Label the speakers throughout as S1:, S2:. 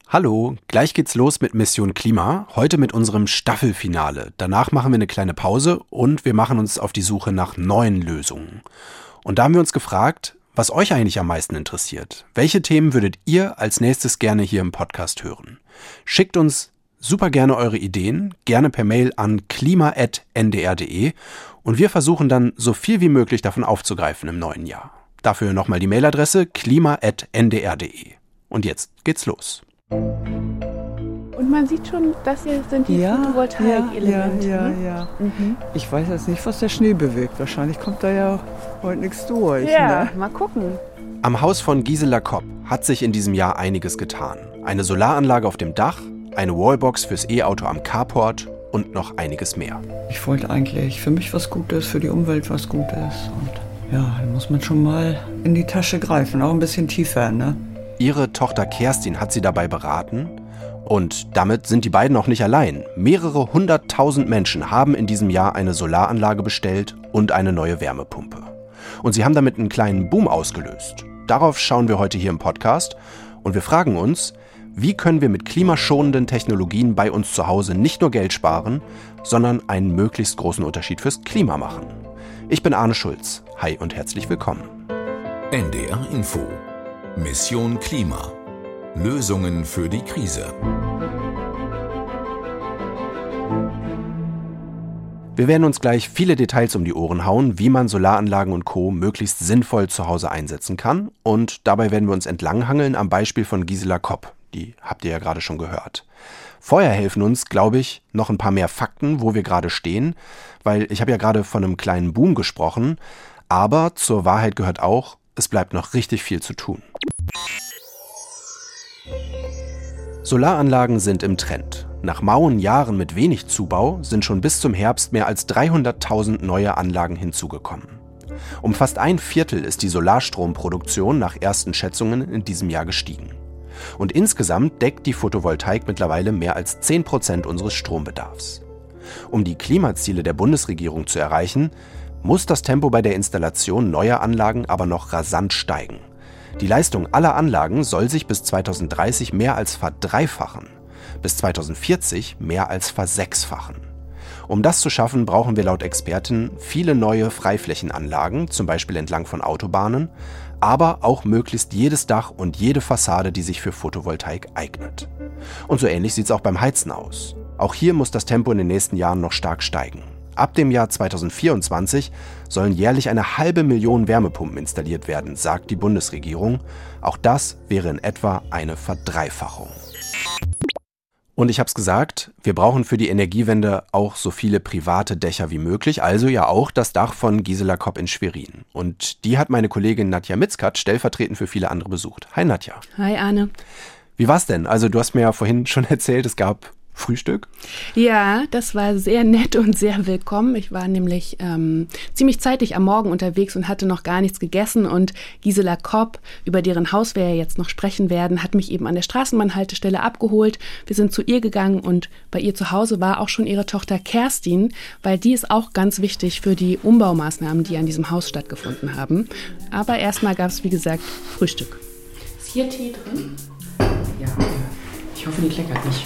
S1: Hallo, gleich geht's los mit Mission Klima, heute mit unserem Staffelfinale. Danach machen wir eine kleine Pause und wir machen uns auf die Suche nach neuen Lösungen. Und da haben wir uns gefragt, was euch eigentlich am meisten interessiert. Welche Themen würdet ihr als nächstes gerne hier im Podcast hören? Schickt uns super gerne eure Ideen, gerne per Mail an klima@ndr.de und wir versuchen dann so viel wie möglich davon aufzugreifen im neuen Jahr. Dafür nochmal die Mailadresse klima@ndr.de. Und jetzt geht's los.
S2: Und man sieht schon, das hier sind die Photovoltaik-Elemente.
S3: Ja. Mhm. Ich weiß jetzt nicht, was der Schnee bewegt. Wahrscheinlich kommt da ja heute nichts durch.
S2: Ja,
S3: ne?
S2: Mal gucken.
S1: Am Haus von Gisela Kopp hat sich in diesem Jahr einiges getan. Eine Solaranlage auf dem Dach, eine Wallbox fürs E-Auto am Carport und noch einiges mehr.
S3: Ich wollte eigentlich für mich was Gutes, für die Umwelt was Gutes. Und ja, da muss man schon mal in die Tasche greifen, auch ein bisschen tiefer, ne?
S1: Ihre Tochter Kerstin hat sie dabei beraten und damit sind die beiden auch nicht allein. Mehrere 100.000 Menschen haben in diesem Jahr eine Solaranlage bestellt und eine neue Wärmepumpe. Und sie haben damit einen kleinen Boom ausgelöst. Darauf schauen wir heute hier im Podcast und wir fragen uns, wie können wir mit klimaschonenden Technologien bei uns zu Hause nicht nur Geld sparen, sondern einen möglichst großen Unterschied fürs Klima machen. Ich bin Arne Schulz. Hi und herzlich willkommen.
S4: NDR Info. Mission Klima. Lösungen für die Krise.
S1: Wir werden uns gleich viele Details um die Ohren hauen, wie man Solaranlagen und Co. möglichst sinnvoll zu Hause einsetzen kann. Und dabei werden wir uns entlanghangeln am Beispiel von Gisela Kopp. Die habt ihr ja gerade schon gehört. Vorher helfen uns, glaube ich, noch ein paar mehr Fakten, wo wir gerade stehen, weil ich habe ja gerade von einem kleinen Boom gesprochen, aber zur Wahrheit gehört auch, es bleibt noch richtig viel zu tun. Solaranlagen sind im Trend. Nach mauen Jahren mit wenig Zubau sind schon bis zum Herbst mehr als 300.000 neue Anlagen hinzugekommen. Um fast 1/4 ist die Solarstromproduktion nach ersten Schätzungen in diesem Jahr gestiegen. Und insgesamt deckt die Photovoltaik mittlerweile mehr als 10% unseres Strombedarfs. Um die Klimaziele der Bundesregierung zu erreichen, muss das Tempo bei der Installation neuer Anlagen aber noch rasant steigen. Die Leistung aller Anlagen soll sich bis 2030 mehr als verdreifachen, bis 2040 mehr als versechsfachen. Um das zu schaffen, brauchen wir laut Experten viele neue Freiflächenanlagen, zum Beispiel entlang von Autobahnen, aber auch möglichst jedes Dach und jede Fassade, die sich für Photovoltaik eignet. Und so ähnlich sieht es auch beim Heizen aus. Auch hier muss das Tempo in den nächsten Jahren noch stark steigen. Ab dem Jahr 2024 sollen jährlich 500.000 Wärmepumpen installiert werden, sagt die Bundesregierung. Auch das wäre in etwa eine Verdreifachung. Und ich habe es gesagt, wir brauchen für die Energiewende auch so viele private Dächer wie möglich, also ja auch das Dach von Gisela Kopp in Schwerin. Und die hat meine Kollegin Nadja Mitzkat stellvertretend für viele andere besucht. Hi Nadja.
S2: Hi Arne.
S1: Wie war's denn? Also du hast mir ja vorhin schon erzählt, es gab Frühstück?
S2: Ja, das war sehr nett und sehr willkommen. Ich war nämlich ziemlich zeitig am Morgen unterwegs und hatte noch gar nichts gegessen. Und Gisela Kopp, über deren Haus wir ja jetzt noch sprechen werden, hat mich eben an der Straßenbahnhaltestelle abgeholt. Wir sind zu ihr gegangen und bei ihr zu Hause war auch schon ihre Tochter Kerstin, weil die ist auch ganz wichtig für die Umbaumaßnahmen, die an diesem Haus stattgefunden haben. Aber erstmal gab es, wie gesagt, Frühstück. Ist hier Tee drin? Ja, ich hoffe, die kleckert nicht.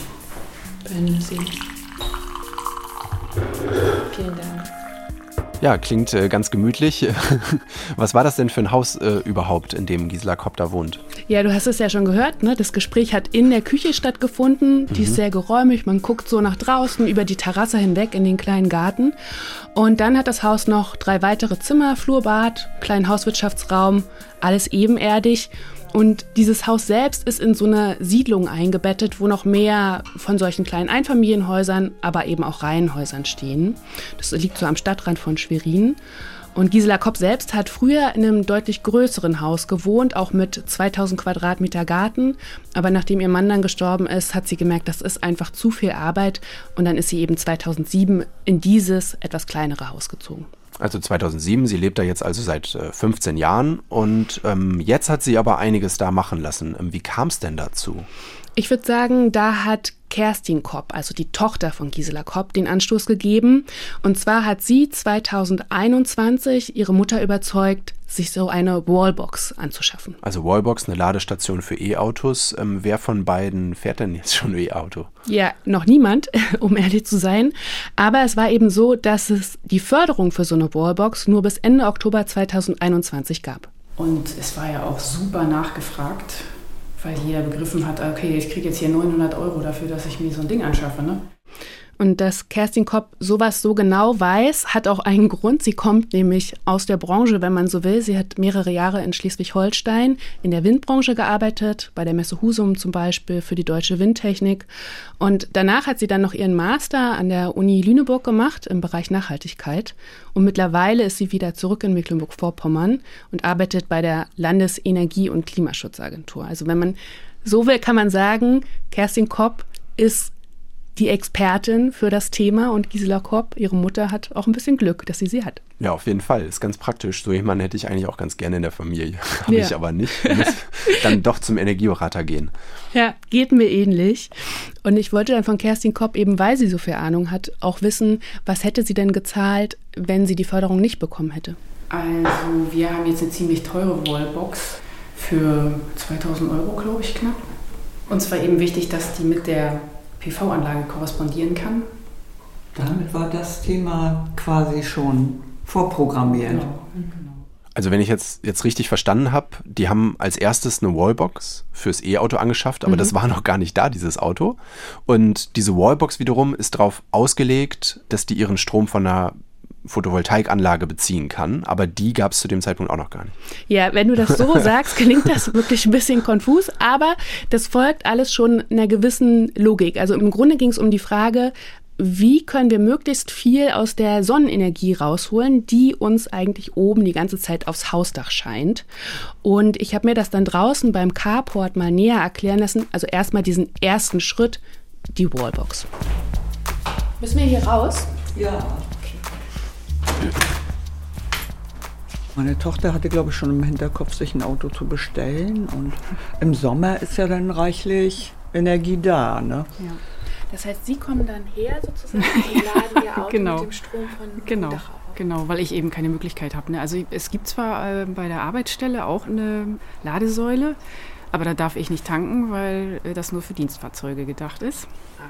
S2: Vielen Dank.
S1: Ja, klingt ganz gemütlich. Was war das denn für ein Haus überhaupt, in dem Gisela Kopp da wohnt?
S2: Ja, du hast es ja schon gehört, ne? Das Gespräch hat in der Küche stattgefunden. Die ist sehr geräumig. Man guckt so nach draußen über die Terrasse hinweg in den kleinen Garten. Und dann hat das Haus noch 3 weitere Zimmer, Flurbad, kleinen Hauswirtschaftsraum, alles ebenerdig. Und dieses Haus selbst ist in so eine Siedlung eingebettet, wo noch mehr von solchen kleinen Einfamilienhäusern, aber eben auch Reihenhäusern stehen. Das liegt so am Stadtrand von Schwerin. Und Gisela Kopp selbst hat früher in einem deutlich größeren Haus gewohnt, auch mit 2000 Quadratmeter Garten. Aber nachdem ihr Mann dann gestorben ist, hat sie gemerkt, das ist einfach zu viel Arbeit. Und dann ist sie eben 2007 in dieses etwas kleinere Haus gezogen.
S1: Also 2007, sie lebt da jetzt also seit 15 Jahren und jetzt hat sie aber einiges da machen lassen. Wie kam es denn dazu?
S2: Ich würde sagen, da hat Kerstin Kopp, also die Tochter von Gisela Kopp, den Anstoß gegeben. Und zwar hat sie 2021 ihre Mutter überzeugt, sich so eine Wallbox anzuschaffen.
S1: Also Wallbox, eine Ladestation für E-Autos. Wer von beiden fährt denn jetzt schon E-Auto?
S2: Ja, noch niemand, um ehrlich zu sein. Aber es war eben so, dass es die Förderung für so eine Wallbox nur bis Ende Oktober 2021 gab.
S5: Und es war ja auch super nachgefragt, weil jeder begriffen hat, okay, ich kriege jetzt hier 900 € dafür, dass ich mir so ein Ding anschaffe, ne?
S2: Und dass Kerstin Kopp sowas so genau weiß, hat auch einen Grund. Sie kommt nämlich aus der Branche, wenn man so will. Sie hat mehrere Jahre in Schleswig-Holstein in der Windbranche gearbeitet, bei der Messe Husum zum Beispiel für die Deutsche Windtechnik. Und danach hat sie dann noch ihren Master an der Uni Lüneburg gemacht im Bereich Nachhaltigkeit. Und mittlerweile ist sie wieder zurück in Mecklenburg-Vorpommern und arbeitet bei der Landesenergie- und Klimaschutzagentur. Also wenn man so will, kann man sagen, Kerstin Kopp ist die Expertin für das Thema und Gisela Kopp, ihre Mutter, hat auch ein bisschen Glück, dass sie hat.
S1: Ja, auf jeden Fall. Ist ganz praktisch. So jemanden hätte ich eigentlich auch ganz gerne in der Familie. Habe ich aber nicht. Ich muss dann doch zum Energieberater gehen.
S2: Ja, geht mir ähnlich. Und ich wollte dann von Kerstin Kopp, eben weil sie so viel Ahnung hat, auch wissen, was hätte sie denn gezahlt, wenn sie die Förderung nicht bekommen hätte?
S5: Also wir haben jetzt eine ziemlich teure Wallbox für 2.000 €, glaube ich, knapp. Uns war eben wichtig, dass die mit der PV-Anlage korrespondieren kann.
S3: Damit war das Thema quasi schon vorprogrammiert.
S5: Genau.
S1: Also wenn ich jetzt richtig verstanden habe, die haben als erstes eine Wallbox fürs E-Auto angeschafft, aber das war noch gar nicht da, dieses Auto. Und diese Wallbox wiederum ist darauf ausgelegt, dass die ihren Strom von einer Photovoltaikanlage beziehen kann, aber die gab es zu dem Zeitpunkt auch noch gar nicht.
S2: Ja, wenn du das so sagst, klingt das wirklich ein bisschen konfus, aber das folgt alles schon einer gewissen Logik. Also im Grunde ging es um die Frage, wie können wir möglichst viel aus der Sonnenenergie rausholen, die uns eigentlich oben die ganze Zeit aufs Hausdach scheint. Und ich habe mir das dann draußen beim Carport mal näher erklären lassen, also erstmal diesen ersten Schritt, die Wallbox. Müssen wir hier raus?
S3: Ja. Meine Tochter hatte, glaube ich, schon im Hinterkopf, sich ein Auto zu bestellen. Und im Sommer ist ja dann reichlich Energie da, ne?
S2: Ja. Das heißt, Sie kommen dann her sozusagen und laden Ihr Auto
S5: Genau.
S2: mit dem Strom vom Dach auf.
S5: Genau, weil ich eben keine Möglichkeit habe. Ne? Also es gibt zwar bei der Arbeitsstelle auch eine Ladesäule, aber da darf ich nicht tanken, weil das nur für Dienstfahrzeuge gedacht ist.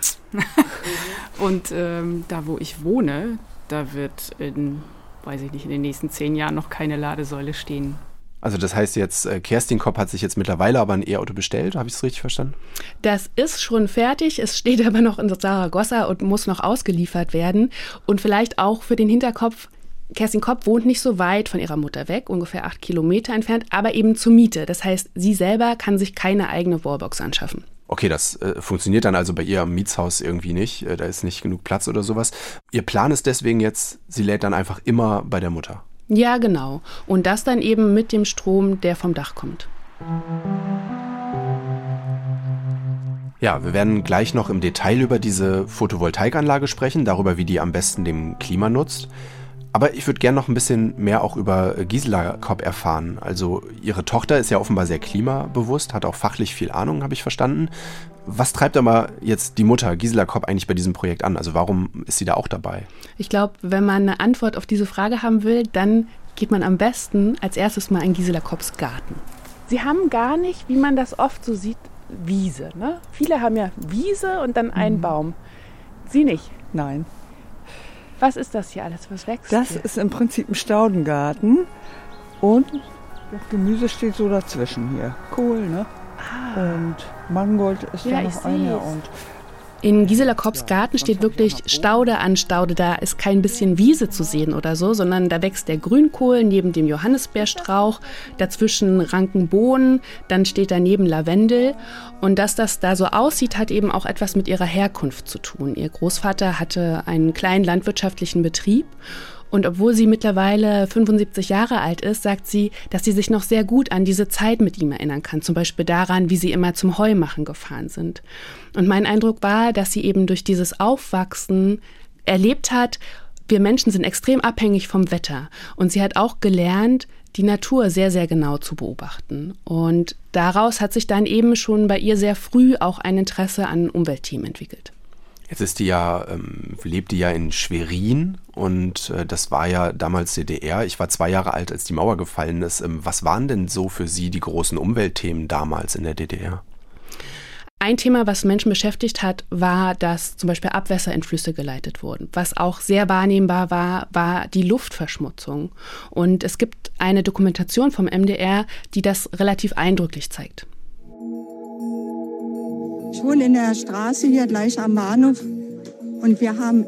S5: Und da, wo ich wohne, da wird in den nächsten 10 Jahren noch keine Ladesäule stehen.
S1: Also das heißt jetzt, Kerstin Kopp hat sich jetzt mittlerweile aber ein E-Auto bestellt, habe ich es richtig verstanden?
S2: Das ist schon fertig, es steht aber noch in Saragossa und muss noch ausgeliefert werden. Und vielleicht auch für den Hinterkopf, Kerstin Kopp wohnt nicht so weit von ihrer Mutter weg, ungefähr 8 Kilometer entfernt, aber eben zur Miete. Das heißt, sie selber kann sich keine eigene Wallbox anschaffen.
S1: Okay, das funktioniert dann also bei ihr am Mietshaus irgendwie nicht. Da ist nicht genug Platz oder sowas. Ihr Plan ist deswegen jetzt, sie lädt dann einfach immer bei der Mutter.
S2: Ja, genau. Und das dann eben mit dem Strom, der vom Dach kommt.
S1: Ja, wir werden gleich noch im Detail über diese Photovoltaikanlage sprechen, darüber, wie die am besten dem Klima nutzt. Aber ich würde gerne noch ein bisschen mehr auch über Gisela Kopp erfahren. Also ihre Tochter ist ja offenbar sehr klimabewusst, hat auch fachlich viel Ahnung, habe ich verstanden. Was treibt aber jetzt die Mutter, Gisela Kopp, eigentlich bei diesem Projekt an? Also warum ist sie da auch dabei?
S2: Ich glaube, wenn man eine Antwort auf diese Frage haben will, dann geht man am besten als erstes mal in Gisela Kopps Garten. Sie haben gar nicht, wie man das oft so sieht, Wiese. Ne? Viele haben ja Wiese und dann einen Baum. Sie nicht?
S3: Nein.
S2: Was ist das hier alles? Was wächst
S3: Das
S2: hier?
S3: ist im Prinzip ein Staudengarten und das Gemüse steht so dazwischen hier. Kohl, ne? Und Mangold ist
S2: Ja,
S3: da
S2: ich
S3: noch einer.
S2: seh's.
S3: Und
S2: In Gisela Kopps Garten steht wirklich Staude an Staude. Da ist kein bisschen Wiese zu sehen oder so, sondern da wächst der Grünkohl neben dem Johannisbeerstrauch, dazwischen ranken Bohnen, dann steht daneben Lavendel. Und dass das da so aussieht, hat eben auch etwas mit ihrer Herkunft zu tun. Ihr Großvater hatte einen kleinen landwirtschaftlichen Betrieb. Und obwohl sie mittlerweile 75 Jahre alt ist, sagt sie, dass sie sich noch sehr gut an diese Zeit mit ihm erinnern kann. Zum Beispiel daran, wie sie immer zum Heumachen gefahren sind. Und mein Eindruck war, dass sie eben durch dieses Aufwachsen erlebt hat, wir Menschen sind extrem abhängig vom Wetter. Und sie hat auch gelernt, die Natur sehr, sehr genau zu beobachten. Und daraus hat sich dann eben schon bei ihr sehr früh auch ein Interesse an Umweltthemen entwickelt.
S1: Jetzt lebt die ja in Schwerin und das war ja damals DDR. Ich war 2 Jahre alt, als die Mauer gefallen ist. Was waren denn so für Sie die großen Umweltthemen damals in der DDR?
S2: Ein Thema, was Menschen beschäftigt hat, war, dass zum Beispiel Abwässer in Flüsse geleitet wurden. Was auch sehr wahrnehmbar war die Luftverschmutzung. Und es gibt eine Dokumentation vom MDR, die das relativ eindrücklich zeigt.
S6: Ich wohne in der Straße hier gleich am Bahnhof und wir haben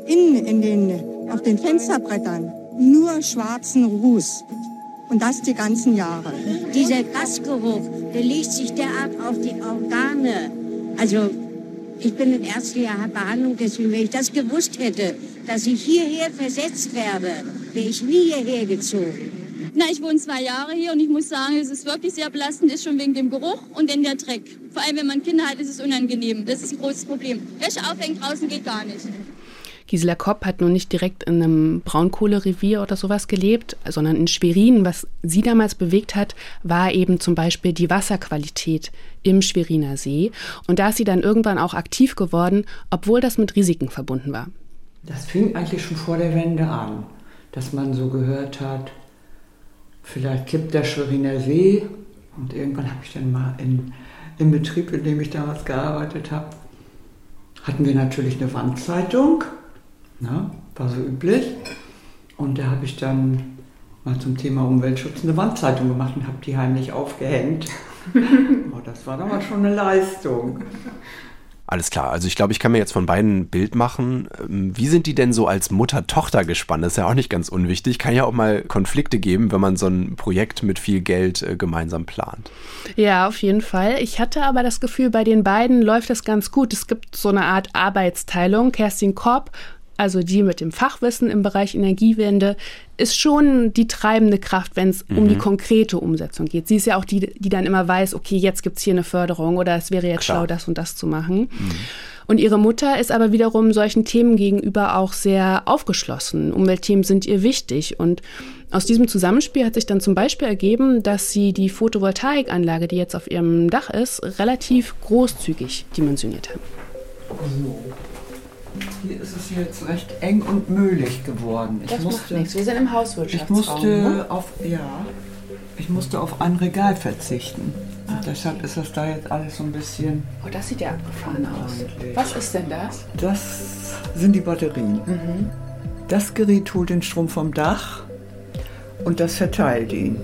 S6: innen auf den Fensterbrettern nur schwarzen Ruß. Und das die ganzen Jahre.
S7: Dieser Gasgeruch, der legt sich derart auf die Organe. Also ich bin im ersten Jahr Behandlung, deswegen, wenn ich das gewusst hätte, dass ich hierher versetzt werde, wäre ich nie hierher gezogen.
S8: Na, ich wohne 2 Jahre hier und ich muss sagen, es ist wirklich sehr belastend, ist schon wegen dem Geruch und dann der Dreck. Vor allem, wenn man Kinder hat, ist es unangenehm. Das ist ein großes Problem. Wäsche aufhängen draußen geht gar nicht.
S2: Gisela Kopp hat nun nicht direkt in einem Braunkohlerevier oder sowas gelebt, sondern in Schwerin. Was sie damals bewegt hat, war eben zum Beispiel die Wasserqualität im Schweriner See. Und da ist sie dann irgendwann auch aktiv geworden, obwohl das mit Risiken verbunden war.
S3: Das fing eigentlich schon vor der Wende an, dass man so gehört hat, vielleicht kippt der Schweriner See. Und irgendwann habe ich dann mal im Betrieb, in dem ich damals gearbeitet habe, hatten wir natürlich eine Wandzeitung. Na, war so üblich. Und da habe ich dann mal zum Thema Umweltschutz eine Wandzeitung gemacht und habe die heimlich aufgehängt. Oh, das war damals schon eine Leistung.
S1: Alles klar, also ich glaube, ich kann mir jetzt von beiden ein Bild machen. Wie sind die denn so als Mutter-Tochter-Gespann? Das ist ja auch nicht ganz unwichtig. Kann ja auch mal Konflikte geben, wenn man so ein Projekt mit viel Geld gemeinsam plant.
S2: Ja, auf jeden Fall. Ich hatte aber das Gefühl, bei den beiden läuft das ganz gut. Es gibt so eine Art Arbeitsteilung. Kerstin Kopp, also die mit dem Fachwissen im Bereich Energiewende, ist schon die treibende Kraft, wenn es um die konkrete Umsetzung geht. Sie ist ja auch die dann immer weiß, okay, jetzt gibt es hier eine Förderung oder es wäre jetzt schlau, das und das zu machen. Und ihre Mutter ist aber wiederum solchen Themen gegenüber auch sehr aufgeschlossen. Umweltthemen sind ihr wichtig. Und aus diesem Zusammenspiel hat sich dann zum Beispiel ergeben, dass sie die Photovoltaikanlage, die jetzt auf ihrem Dach ist, relativ großzügig dimensioniert haben.
S3: So. Hier ist es jetzt recht eng und möhlig geworden.
S2: Macht nichts. Wir sind im Hauswirtschaftsraum.
S3: Ich musste auf ein Regal verzichten. Und deshalb ist das da jetzt alles so ein bisschen...
S2: Oh, das sieht ja abgefahren aus. Was ist denn das?
S3: Das sind die Batterien. Das Gerät holt den Strom vom Dach und das verteilt ihn.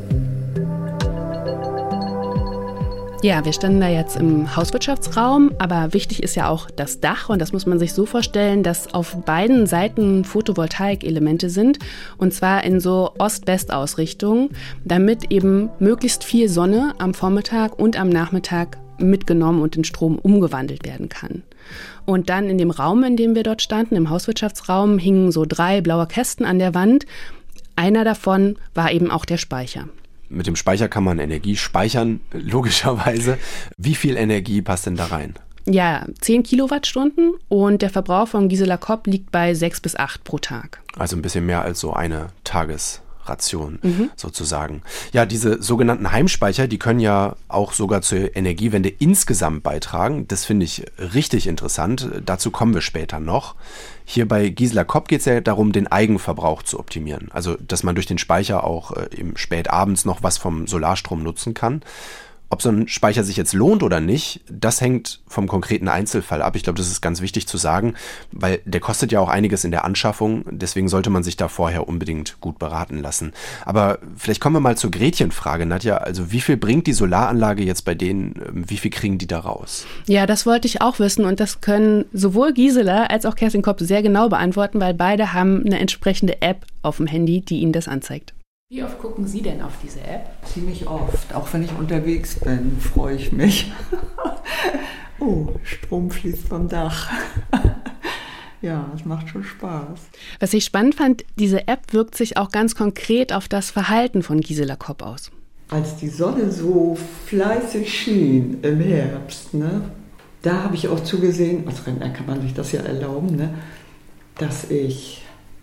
S2: Ja, wir standen da jetzt im Hauswirtschaftsraum, aber wichtig ist ja auch das Dach und das muss man sich so vorstellen, dass auf beiden Seiten Photovoltaik-Elemente sind und zwar in so Ost-West-Ausrichtung, damit eben möglichst viel Sonne am Vormittag und am Nachmittag mitgenommen und in Strom umgewandelt werden kann. Und dann in dem Raum, in dem wir dort standen, im Hauswirtschaftsraum, hingen so 3 blaue Kästen an der Wand. Einer davon war eben auch der Speicher.
S1: Mit dem Speicher kann man Energie speichern, logischerweise. Wie viel Energie passt denn da rein?
S2: Ja, 10 Kilowattstunden und der Verbrauch von Gisela Kopp liegt bei 6 bis 8 pro Tag.
S1: Also ein bisschen mehr als so eine Tagesration sozusagen. Ja, diese sogenannten Heimspeicher, die können ja auch sogar zur Energiewende insgesamt beitragen. Das finde ich richtig interessant. Dazu kommen wir später noch. Hier bei Gisela Kopp geht es ja darum, den Eigenverbrauch zu optimieren. Also, dass man durch den Speicher auch eben spät abends noch was vom Solarstrom nutzen kann. Ob so ein Speicher sich jetzt lohnt oder nicht, das hängt vom konkreten Einzelfall ab. Ich glaube, das ist ganz wichtig zu sagen, weil der kostet ja auch einiges in der Anschaffung. Deswegen sollte man sich da vorher unbedingt gut beraten lassen. Aber vielleicht kommen wir mal zur Gretchenfrage, Nadja. Also wie viel bringt die Solaranlage jetzt bei denen? Wie viel kriegen die da raus?
S2: Ja, das wollte ich auch wissen und das können sowohl Gisela als auch Kerstin Kopp sehr genau beantworten, weil beide haben eine entsprechende App auf dem Handy, die ihnen das anzeigt. Wie oft gucken Sie denn auf diese App?
S3: Ziemlich oft. Auch wenn ich unterwegs bin, freue ich mich. Oh, Strom fließt vom Dach. Ja, es macht schon Spaß.
S2: Was ich spannend fand, diese App wirkt sich auch ganz konkret auf das Verhalten von Gisela Kopp aus.
S3: Als die Sonne so fleißig schien im Herbst, ne, da habe ich auch zugesehen, als Rentner kann man sich das ja erlauben, ne, dass ich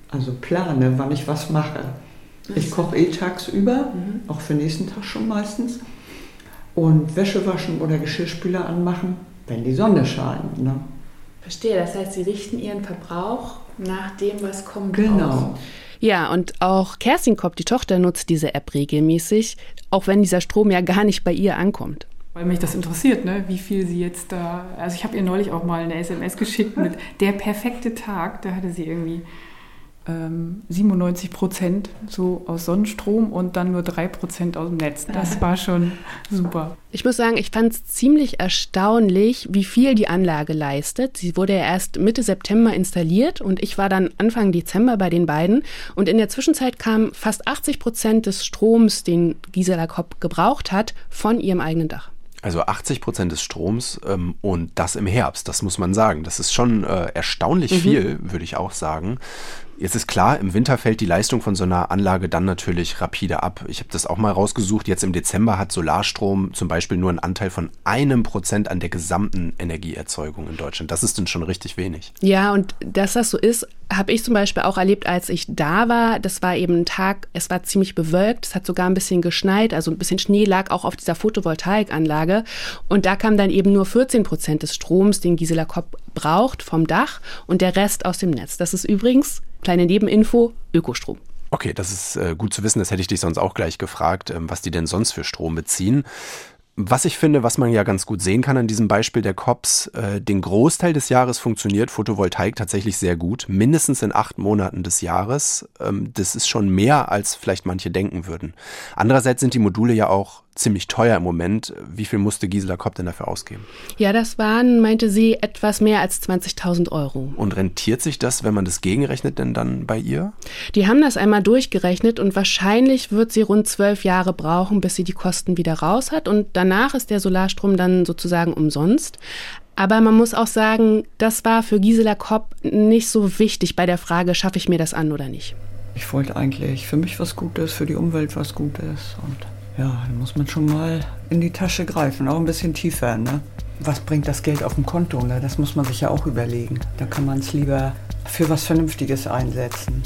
S3: also plane, wann ich was mache. Ich koche tagsüber, auch für den nächsten Tag schon meistens. Und Wäsche waschen oder Geschirrspüler anmachen, wenn die Sonne scheint. Ne?
S2: Verstehe, das heißt, Sie richten Ihren Verbrauch nach dem, was kommt.
S3: Genau.
S2: Aus. Ja, und auch Kerstin Kopp, die Tochter, nutzt diese App regelmäßig, auch wenn dieser Strom ja gar nicht bei ihr ankommt.
S5: Weil mich das interessiert, ne? Wie viel sie jetzt da... Also ich habe ihr neulich auch mal eine SMS geschickt mit der perfekte Tag. Da hatte sie irgendwie 97% so aus Sonnenstrom und dann nur 3% aus dem Netz. Das war schon super.
S2: Ich muss sagen, ich fand es ziemlich erstaunlich, wie viel die Anlage leistet. Sie wurde ja erst Mitte September installiert und ich war dann Anfang Dezember bei den beiden. Und in der Zwischenzeit kamen fast 80% des Stroms, den Gisela Kopp gebraucht hat, von ihrem eigenen Dach.
S1: Also 80% des Stroms und das im Herbst, das muss man sagen. Das ist schon erstaunlich viel, würde ich auch sagen. Jetzt ist klar, im Winter fällt die Leistung von so einer Anlage dann natürlich rapide ab. Ich habe das auch mal rausgesucht. Jetzt im Dezember hat Solarstrom zum Beispiel nur einen Anteil von 1% an der gesamten Energieerzeugung in Deutschland. Das ist dann schon richtig wenig.
S2: Ja, und dass das so ist, habe ich zum Beispiel auch erlebt, als ich da war. Das war eben ein Tag, es war ziemlich bewölkt, es hat sogar ein bisschen geschneit, also ein bisschen Schnee lag auch auf dieser Photovoltaikanlage. Und da kam dann eben nur 14% des Stroms, den Gisela Kopp braucht, vom Dach und der Rest aus dem Netz. Das ist übrigens, kleine Nebeninfo, Ökostrom.
S1: Okay, das ist gut zu wissen, das hätte ich dich sonst auch gleich gefragt, was die denn sonst für Strom beziehen. Was ich finde, was man ja ganz gut sehen kann an diesem Beispiel der Kopps, den Großteil des Jahres funktioniert Photovoltaik tatsächlich sehr gut, mindestens in 8 Monaten des Jahres. Das ist schon mehr, als vielleicht manche denken würden. Andererseits sind die Module ja auch ziemlich teuer im Moment. Wie viel musste Gisela Kopp denn dafür ausgeben?
S2: Ja, das waren, meinte sie, etwas mehr als 20.000 Euro.
S1: Und rentiert sich das, wenn man das gegenrechnet, denn dann bei ihr?
S2: Die haben das einmal durchgerechnet und wahrscheinlich wird sie rund 12 Jahre brauchen, bis sie die Kosten wieder raus hat. Und danach ist der Solarstrom dann sozusagen umsonst. Aber man muss auch sagen, das war für Gisela Kopp nicht so wichtig bei der Frage, schaffe ich mir das an oder nicht.
S3: Ich wollte eigentlich für mich was Gutes, für die Umwelt was Gutes und ja, da muss man schon mal in die Tasche greifen, auch ein bisschen tiefer, ne? Was bringt das Geld auf dem Konto, ne? Das muss man sich ja auch überlegen. Da kann man es lieber für was Vernünftiges einsetzen.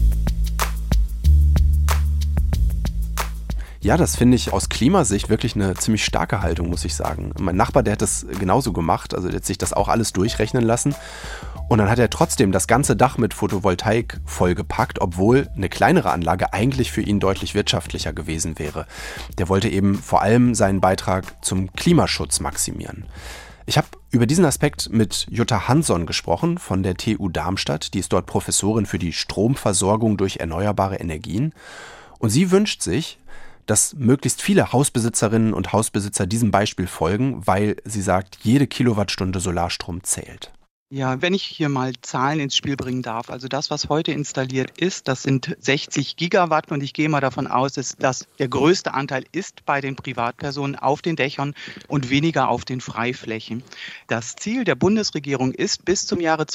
S1: Ja, das finde ich aus Klimasicht wirklich eine ziemlich starke Haltung, muss ich sagen. Mein Nachbar, der hat das genauso gemacht, also der hat sich das auch alles durchrechnen lassen. Und dann hat er trotzdem das ganze Dach mit Photovoltaik vollgepackt, obwohl eine kleinere Anlage eigentlich für ihn deutlich wirtschaftlicher gewesen wäre. Der wollte eben vor allem seinen Beitrag zum Klimaschutz maximieren. Ich habe über diesen Aspekt mit Jutta Hansson gesprochen von der TU Darmstadt. Die ist dort Professorin für die Stromversorgung durch erneuerbare Energien. Und sie wünscht sich, dass möglichst viele Hausbesitzerinnen und Hausbesitzer diesem Beispiel folgen, weil sie sagt, jede Kilowattstunde Solarstrom zählt.
S9: Ja, wenn ich hier mal Zahlen ins Spiel bringen darf, also das, was heute installiert ist, das sind 60 Gigawatt und ich gehe mal davon aus, dass der größte Anteil ist bei den Privatpersonen auf den Dächern und weniger auf den Freiflächen. Das Ziel der Bundesregierung ist, bis zum Jahre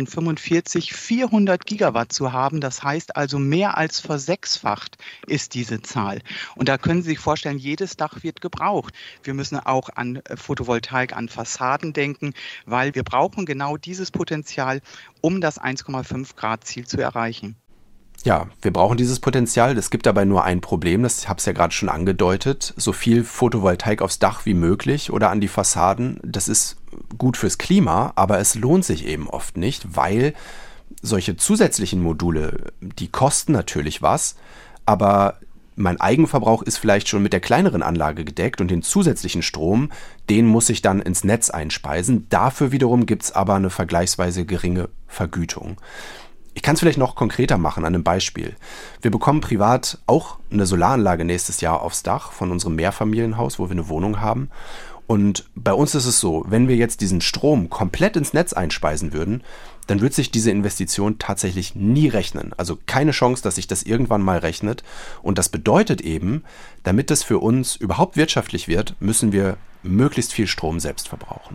S9: 2045 400 Gigawatt zu haben. Das heißt also mehr als versechsfacht ist diese Zahl. Und da können Sie sich vorstellen, jedes Dach wird gebraucht. Wir müssen auch an Photovoltaik, an Fassaden denken, weil wir brauchen genau dieses Potenzial, um das 1,5 Grad Ziel zu erreichen.
S1: Ja, wir brauchen dieses Potenzial. Es gibt dabei nur ein Problem, das habe ich ja gerade schon angedeutet. So viel Photovoltaik aufs Dach wie möglich oder an die Fassaden, das ist gut fürs Klima, aber es lohnt sich eben oft nicht, weil solche zusätzlichen Module, die kosten natürlich was, aber mein Eigenverbrauch ist vielleicht schon mit der kleineren Anlage gedeckt und den zusätzlichen Strom, den muss ich dann ins Netz einspeisen. Dafür wiederum gibt es aber eine vergleichsweise geringe Vergütung. Ich kann es vielleicht noch konkreter machen an einem Beispiel. Wir bekommen privat auch eine Solaranlage nächstes Jahr aufs Dach von unserem Mehrfamilienhaus, wo wir eine Wohnung haben. Und bei uns ist es so, wenn wir jetzt diesen Strom komplett ins Netz einspeisen würden, dann wird sich diese Investition tatsächlich nie rechnen. Also keine Chance, dass sich das irgendwann mal rechnet. Und das bedeutet eben, damit das für uns überhaupt wirtschaftlich wird, müssen wir möglichst viel Strom selbst verbrauchen.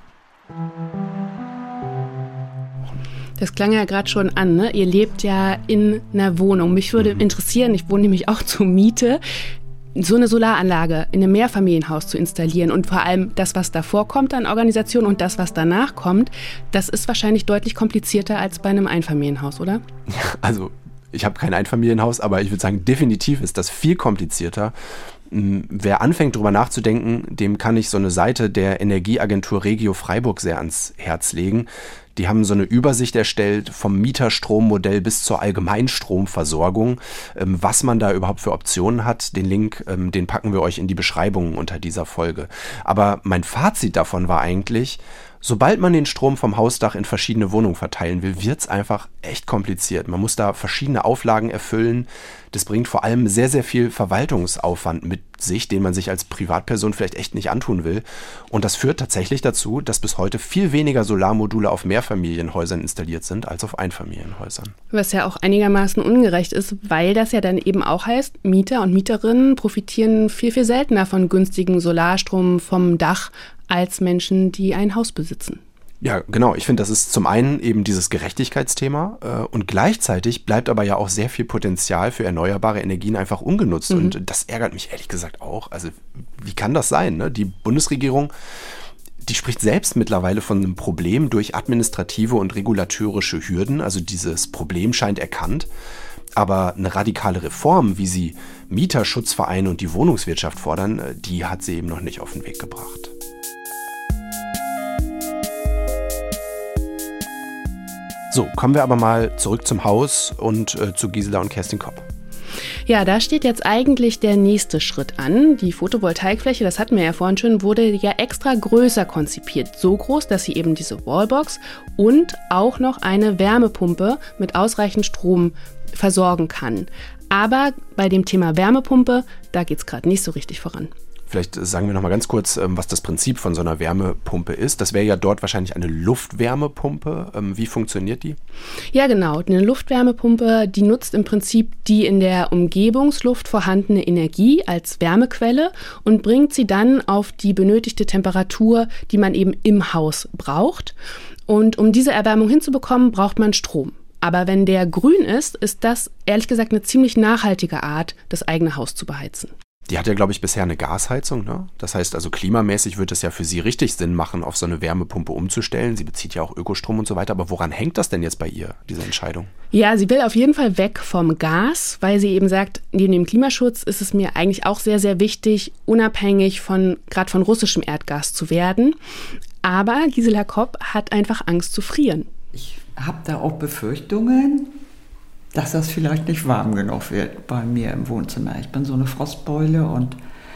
S2: Das klang ja gerade schon an, ne? Ihr lebt ja in einer Wohnung. Mich würde interessieren, ich wohne nämlich auch zur Miete, so eine Solaranlage in einem Mehrfamilienhaus zu installieren und vor allem das, was davor kommt an Organisation und das, was danach kommt, das ist wahrscheinlich deutlich komplizierter als bei einem Einfamilienhaus, oder?
S1: Also ich habe kein Einfamilienhaus, aber ich würde sagen, definitiv ist das viel komplizierter. Wer anfängt, darüber nachzudenken, dem kann ich so eine Seite der Energieagentur Regio Freiburg sehr ans Herz legen. Die haben so eine Übersicht erstellt vom Mieterstrommodell bis zur Allgemeinstromversorgung, was man da überhaupt für Optionen hat. Den Link, den packen wir euch in die Beschreibung unter dieser Folge. Aber mein Fazit davon war eigentlich, sobald man den Strom vom Hausdach in verschiedene Wohnungen verteilen will, wird es einfach echt kompliziert. Man muss da verschiedene Auflagen erfüllen. Das bringt vor allem sehr, sehr viel Verwaltungsaufwand mit sich, den man sich als Privatperson vielleicht echt nicht antun will. Und das führt tatsächlich dazu, dass bis heute viel weniger Solarmodule auf Mehrfamilienhäusern installiert sind als auf Einfamilienhäusern.
S2: Was ja auch einigermaßen ungerecht ist, weil das ja dann eben auch heißt, Mieter und Mieterinnen profitieren viel, viel seltener von günstigem Solarstrom vom Dach als Menschen, die ein Haus besitzen.
S1: Ja, genau. Ich finde, das ist zum einen eben dieses Gerechtigkeitsthema und gleichzeitig bleibt aber ja auch sehr viel Potenzial für erneuerbare Energien einfach ungenutzt. Und das ärgert mich ehrlich gesagt auch. Also wie kann das sein? Ne? Die Bundesregierung, die spricht selbst mittlerweile von einem Problem durch administrative und regulatorische Hürden. Also dieses Problem scheint erkannt. Aber eine radikale Reform, wie sie Mieterschutzvereine und die Wohnungswirtschaft fordern, die hat sie eben noch nicht auf den Weg gebracht. So, kommen wir aber mal zurück zum Haus und zu Gisela und Kerstin Kopp.
S2: Ja, da steht jetzt eigentlich der nächste Schritt an. Die Photovoltaikfläche, das hatten wir ja vorhin schon, wurde ja extra größer konzipiert. So groß, dass sie eben diese Wallbox und auch noch eine Wärmepumpe mit ausreichend Strom versorgen kann. Aber bei dem Thema Wärmepumpe, da geht es gerade nicht so richtig voran.
S1: Vielleicht sagen wir noch mal ganz kurz, was das Prinzip von so einer Wärmepumpe ist. Das wäre ja dort wahrscheinlich eine Luftwärmepumpe. Wie funktioniert die?
S2: Ja, genau. Eine Luftwärmepumpe, die nutzt im Prinzip die in der Umgebungsluft vorhandene Energie als Wärmequelle und bringt sie dann auf die benötigte Temperatur, die man eben im Haus braucht. Und um diese Erwärmung hinzubekommen, braucht man Strom. Aber wenn der grün ist, ist das ehrlich gesagt eine ziemlich nachhaltige Art, das eigene Haus zu beheizen.
S1: Die hat ja, glaube ich, bisher eine Gasheizung, ne? Das heißt also, klimamäßig wird es ja für sie richtig Sinn machen, auf so eine Wärmepumpe umzustellen. Sie bezieht ja auch Ökostrom und so weiter. Aber woran hängt das denn jetzt bei ihr, diese Entscheidung?
S2: Ja, sie will auf jeden Fall weg vom Gas, weil sie eben sagt, neben dem Klimaschutz ist es mir eigentlich auch sehr, sehr wichtig, unabhängig gerade von russischem Erdgas zu werden. Aber Gisela Kopp hat einfach Angst zu frieren.
S3: Ich habe da auch Befürchtungen, dass das vielleicht nicht warm genug wird bei mir im Wohnzimmer. Ich bin so eine Frostbeule und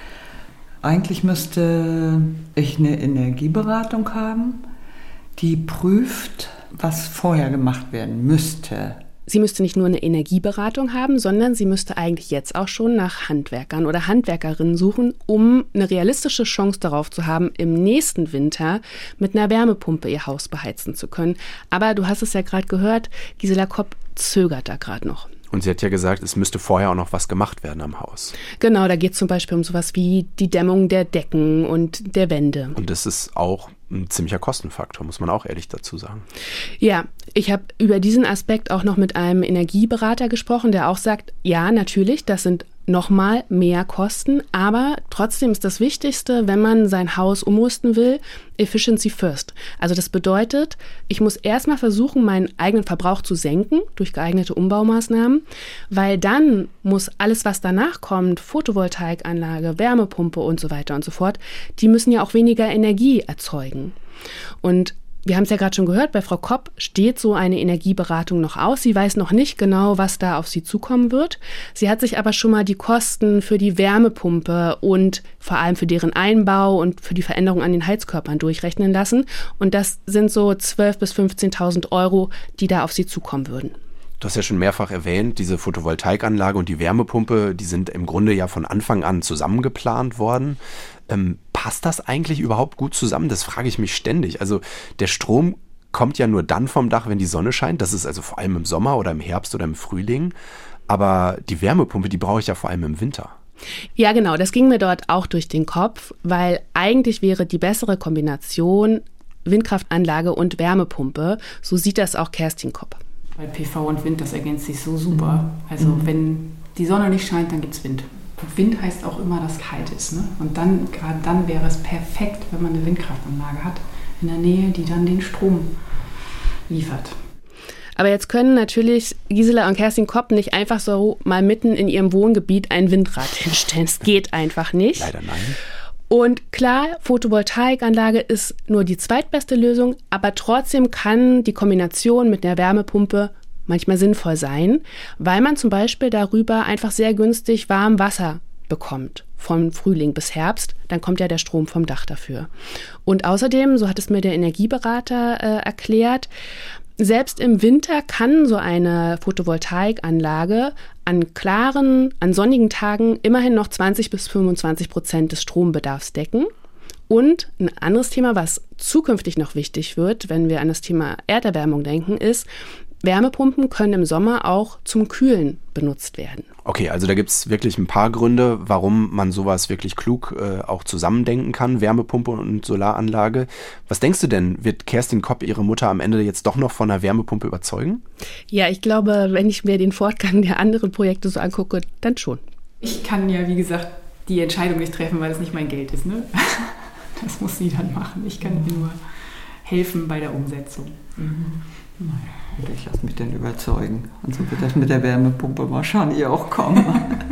S3: eigentlich müsste ich eine Energieberatung haben, die prüft, was vorher gemacht werden müsste.
S2: Sie müsste nicht nur eine Energieberatung haben, sondern sie müsste eigentlich jetzt auch schon nach Handwerkern oder Handwerkerinnen suchen, um eine realistische Chance darauf zu haben, im nächsten Winter mit einer Wärmepumpe ihr Haus beheizen zu können. Aber du hast es ja gerade gehört, Gisela Kopp zögert da gerade noch.
S1: Und sie hat ja gesagt, es müsste vorher auch noch was gemacht werden am Haus.
S2: Genau, da geht es zum Beispiel um sowas wie die Dämmung der Decken und der Wände.
S1: Und das ist auch ein ziemlicher Kostenfaktor, muss man auch ehrlich dazu sagen.
S2: Ja, ich habe über diesen Aspekt auch noch mit einem Energieberater gesprochen, der auch sagt, ja, natürlich, das sind nochmal mehr Kosten, aber trotzdem ist das Wichtigste, wenn man sein Haus umrüsten will, Efficiency first. Also das bedeutet, ich muss erstmal versuchen, meinen eigenen Verbrauch zu senken durch geeignete Umbaumaßnahmen, weil dann muss alles, was danach kommt, Photovoltaikanlage, Wärmepumpe und so weiter und so fort, die müssen ja auch weniger Energie erzeugen. Und wir haben es ja gerade schon gehört, bei Frau Kopp steht so eine Energieberatung noch aus. Sie weiß noch nicht genau, was da auf sie zukommen wird. Sie hat sich aber schon mal die Kosten für die Wärmepumpe und vor allem für deren Einbau und für die Veränderung an den Heizkörpern durchrechnen lassen. Und das sind so 12.000 bis 15.000 Euro, die da auf sie zukommen würden.
S1: Du hast ja schon mehrfach erwähnt, diese Photovoltaikanlage und die Wärmepumpe, die sind im Grunde ja von Anfang an zusammengeplant worden. Passt das eigentlich überhaupt gut zusammen? Das frage ich mich ständig. Also der Strom kommt ja nur dann vom Dach, wenn die Sonne scheint. Das ist also vor allem im Sommer oder im Herbst oder im Frühling. Aber die Wärmepumpe, die brauche ich ja vor allem im Winter.
S2: Ja, genau. Das ging mir dort auch durch den Kopf, weil eigentlich wäre die bessere Kombination Windkraftanlage und Wärmepumpe. So sieht das auch Kerstin Kopp.
S5: Weil PV und Wind, das ergänzt sich so super. Also wenn die Sonne nicht scheint, dann gibt es Wind. Und Wind heißt auch immer, dass es kalt ist. Ne? Und dann, gerade dann wäre es perfekt, wenn man eine Windkraftanlage hat in der Nähe, die dann den Strom liefert.
S2: Aber jetzt können natürlich Gisela und Kerstin Kopp nicht einfach so mal mitten in ihrem Wohngebiet ein Windrad hinstellen. Es geht einfach nicht.
S1: Leider nein.
S2: Und klar, Photovoltaikanlage ist nur die zweitbeste Lösung, aber trotzdem kann die Kombination mit einer Wärmepumpe manchmal sinnvoll sein, weil man zum Beispiel darüber einfach sehr günstig warm Wasser bekommt, von Frühling bis Herbst, dann kommt ja der Strom vom Dach dafür. Und außerdem, so hat es mir der Energieberater erklärt, selbst im Winter kann so eine Photovoltaikanlage an sonnigen Tagen immerhin noch 20-25% des Strombedarfs decken. Und ein anderes Thema, was zukünftig noch wichtig wird, wenn wir an das Thema Erderwärmung denken, ist, Wärmepumpen können im Sommer auch zum Kühlen benutzt werden.
S1: Okay, also da gibt es wirklich ein paar Gründe, warum man sowas wirklich klug auch zusammendenken kann, Wärmepumpe und Solaranlage. Was denkst du denn, wird Kerstin Kopp ihre Mutter am Ende jetzt doch noch von einer Wärmepumpe überzeugen?
S2: Ja, ich glaube, wenn ich mir den Fortgang der anderen Projekte so angucke, dann schon.
S5: Ich kann ja, wie gesagt, die Entscheidung nicht treffen, weil es nicht mein Geld ist, ne? Das muss sie dann machen. Ich kann ihr nur helfen bei der Umsetzung.
S3: Naja, und ich lasse mich dann überzeugen. Und so wird das mit der Wärmepumpe wahrscheinlich auch kommen.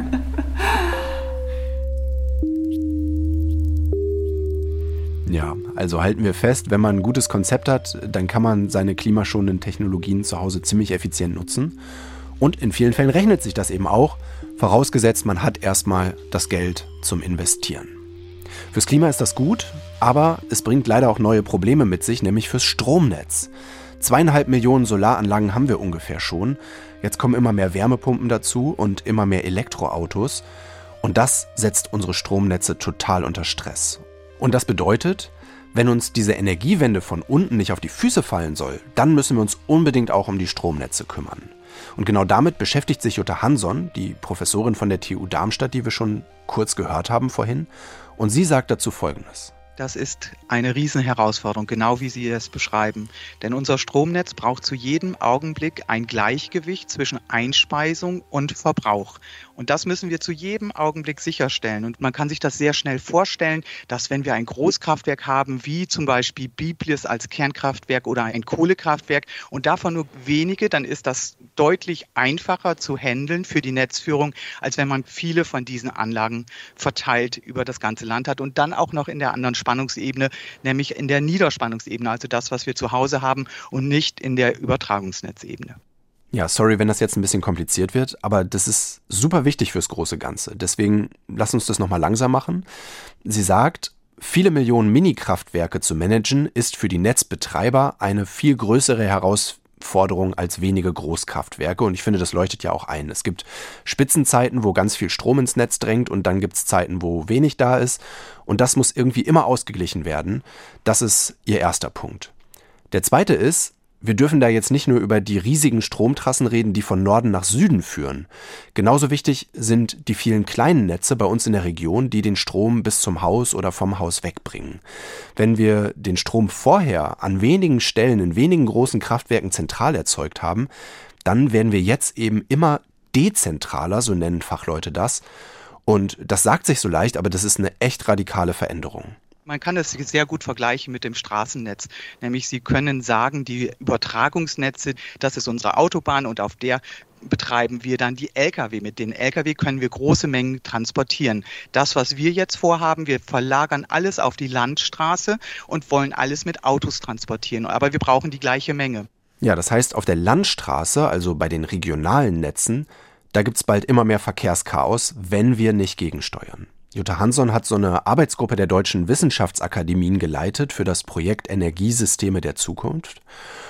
S1: Ja, also halten wir fest, wenn man ein gutes Konzept hat, dann kann man seine klimaschonenden Technologien zu Hause ziemlich effizient nutzen. Und in vielen Fällen rechnet sich das eben auch, vorausgesetzt man hat erstmal das Geld zum Investieren. Fürs Klima ist das gut, aber es bringt leider auch neue Probleme mit sich, nämlich fürs Stromnetz. 2,5 Millionen Solaranlagen haben wir ungefähr schon. Jetzt kommen immer mehr Wärmepumpen dazu und immer mehr Elektroautos. Und das setzt unsere Stromnetze total unter Stress. Und das bedeutet, wenn uns diese Energiewende von unten nicht auf die Füße fallen soll, dann müssen wir uns unbedingt auch um die Stromnetze kümmern. Und genau damit beschäftigt sich Jutta Hansson, die Professorin von der TU Darmstadt, die wir schon kurz gehört haben vorhin. Und sie sagt dazu Folgendes.
S9: Das ist eine Riesenherausforderung, genau wie Sie es beschreiben. Denn unser Stromnetz braucht zu jedem Augenblick ein Gleichgewicht zwischen Einspeisung und Verbrauch. Und das müssen wir zu jedem Augenblick sicherstellen. Und man kann sich das sehr schnell vorstellen, dass wenn wir ein Großkraftwerk haben, wie zum Beispiel Biblis als Kernkraftwerk oder ein Kohlekraftwerk und davon nur wenige, dann ist das deutlich einfacher zu handeln für die Netzführung, als wenn man viele von diesen Anlagen verteilt über das ganze Land hat und dann auch noch in der anderen Spannungsebene, nämlich in der Niederspannungsebene, also das, was wir zu Hause haben und nicht in der Übertragungsnetzebene.
S1: Ja, sorry, wenn das jetzt ein bisschen kompliziert wird, aber das ist super wichtig fürs große Ganze. Deswegen lass uns das nochmal langsam machen. Sie sagt, viele Millionen Mini-Kraftwerke zu managen, ist für die Netzbetreiber eine viel größere Herausforderung als wenige Großkraftwerke. Und ich finde, das leuchtet ja auch ein. Es gibt Spitzenzeiten, wo ganz viel Strom ins Netz drängt und dann gibt es Zeiten, wo wenig da ist. Und das muss irgendwie immer ausgeglichen werden. Das ist ihr erster Punkt. Der zweite ist, wir dürfen da jetzt nicht nur über die riesigen Stromtrassen reden, die von Norden nach Süden führen. Genauso wichtig sind die vielen kleinen Netze bei uns in der Region, die den Strom bis zum Haus oder vom Haus wegbringen. Wenn wir den Strom vorher an wenigen Stellen in wenigen großen Kraftwerken zentral erzeugt haben, dann werden wir jetzt eben immer dezentraler, so nennen Fachleute das. Und das sagt sich so leicht, aber das ist eine echt radikale Veränderung.
S9: Man kann es sehr gut vergleichen mit dem Straßennetz. Nämlich Sie können sagen, die Übertragungsnetze, das ist unsere Autobahn und auf der betreiben wir dann die Lkw. Mit den Lkw können wir große Mengen transportieren. Das, was wir jetzt vorhaben, wir verlagern alles auf die Landstraße und wollen alles mit Autos transportieren. Aber wir brauchen die gleiche Menge.
S1: Ja, das heißt, auf der Landstraße, also bei den regionalen Netzen, da gibt es bald immer mehr Verkehrschaos, wenn wir nicht gegensteuern. Jutta Hansson hat so eine Arbeitsgruppe der Deutschen Wissenschaftsakademien geleitet für das Projekt Energiesysteme der Zukunft.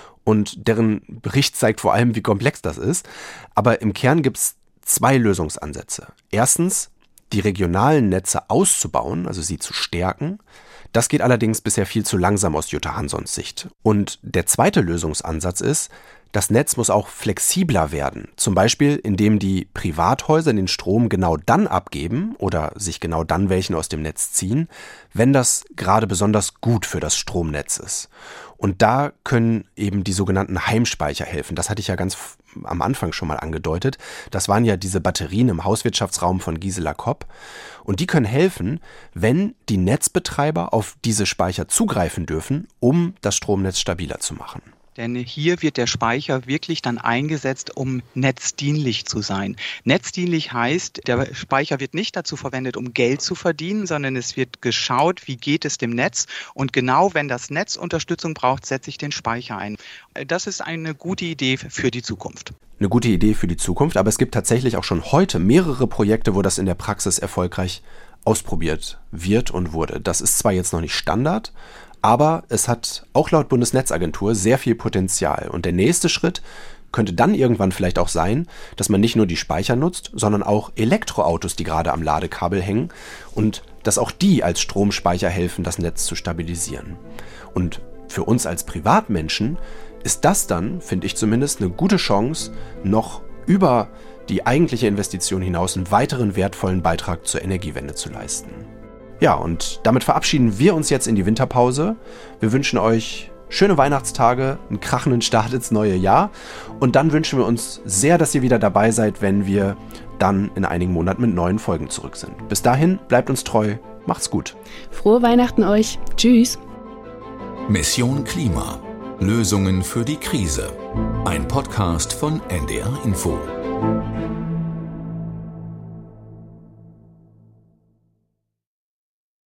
S1: Und deren Bericht zeigt vor allem, wie komplex das ist. Aber im Kern gibt es 2 Lösungsansätze. Erstens, die regionalen Netze auszubauen, also sie zu stärken. Das geht allerdings bisher viel zu langsam aus Jutta Hanssons Sicht. Und der zweite Lösungsansatz ist, das Netz muss auch flexibler werden. Zum Beispiel, indem die Privathäuser den Strom genau dann abgeben oder sich genau dann welchen aus dem Netz ziehen, wenn das gerade besonders gut für das Stromnetz ist. Und da können eben die sogenannten Heimspeicher helfen. Das hatte ich ja ganz am Anfang schon mal angedeutet. Das waren ja diese Batterien im Hauswirtschaftsraum von Gisela Kopp. Und die können helfen, wenn die Netzbetreiber auf diese Speicher zugreifen dürfen, um das Stromnetz stabiler zu machen.
S9: Denn hier wird der Speicher wirklich dann eingesetzt, um netzdienlich zu sein. Netzdienlich heißt, der Speicher wird nicht dazu verwendet, um Geld zu verdienen, sondern es wird geschaut, wie geht es dem Netz. Und genau wenn das Netz Unterstützung braucht, setze ich den Speicher ein. Das ist eine gute Idee für die Zukunft.
S1: Eine gute Idee für die Zukunft, aber es gibt tatsächlich auch schon heute mehrere Projekte, wo das in der Praxis erfolgreich ausprobiert wird und wurde. Das ist zwar jetzt noch nicht Standard, aber es hat auch laut Bundesnetzagentur sehr viel Potenzial. Und der nächste Schritt könnte dann irgendwann vielleicht auch sein, dass man nicht nur die Speicher nutzt, sondern auch Elektroautos, die gerade am Ladekabel hängen und dass auch die als Stromspeicher helfen, das Netz zu stabilisieren. Und für uns als Privatmenschen ist das dann, finde ich zumindest, eine gute Chance, noch über die eigentliche Investition hinaus einen weiteren wertvollen Beitrag zur Energiewende zu leisten. Ja, und damit verabschieden wir uns jetzt in die Winterpause. Wir wünschen euch schöne Weihnachtstage, einen krachenden Start ins neue Jahr und dann wünschen wir uns sehr, dass ihr wieder dabei seid, wenn wir dann in einigen Monaten mit neuen Folgen zurück sind. Bis dahin, bleibt uns treu, macht's gut.
S2: Frohe Weihnachten euch. Tschüss.
S4: Mission Klima. Lösungen für die Krise. Ein Podcast von NDR Info.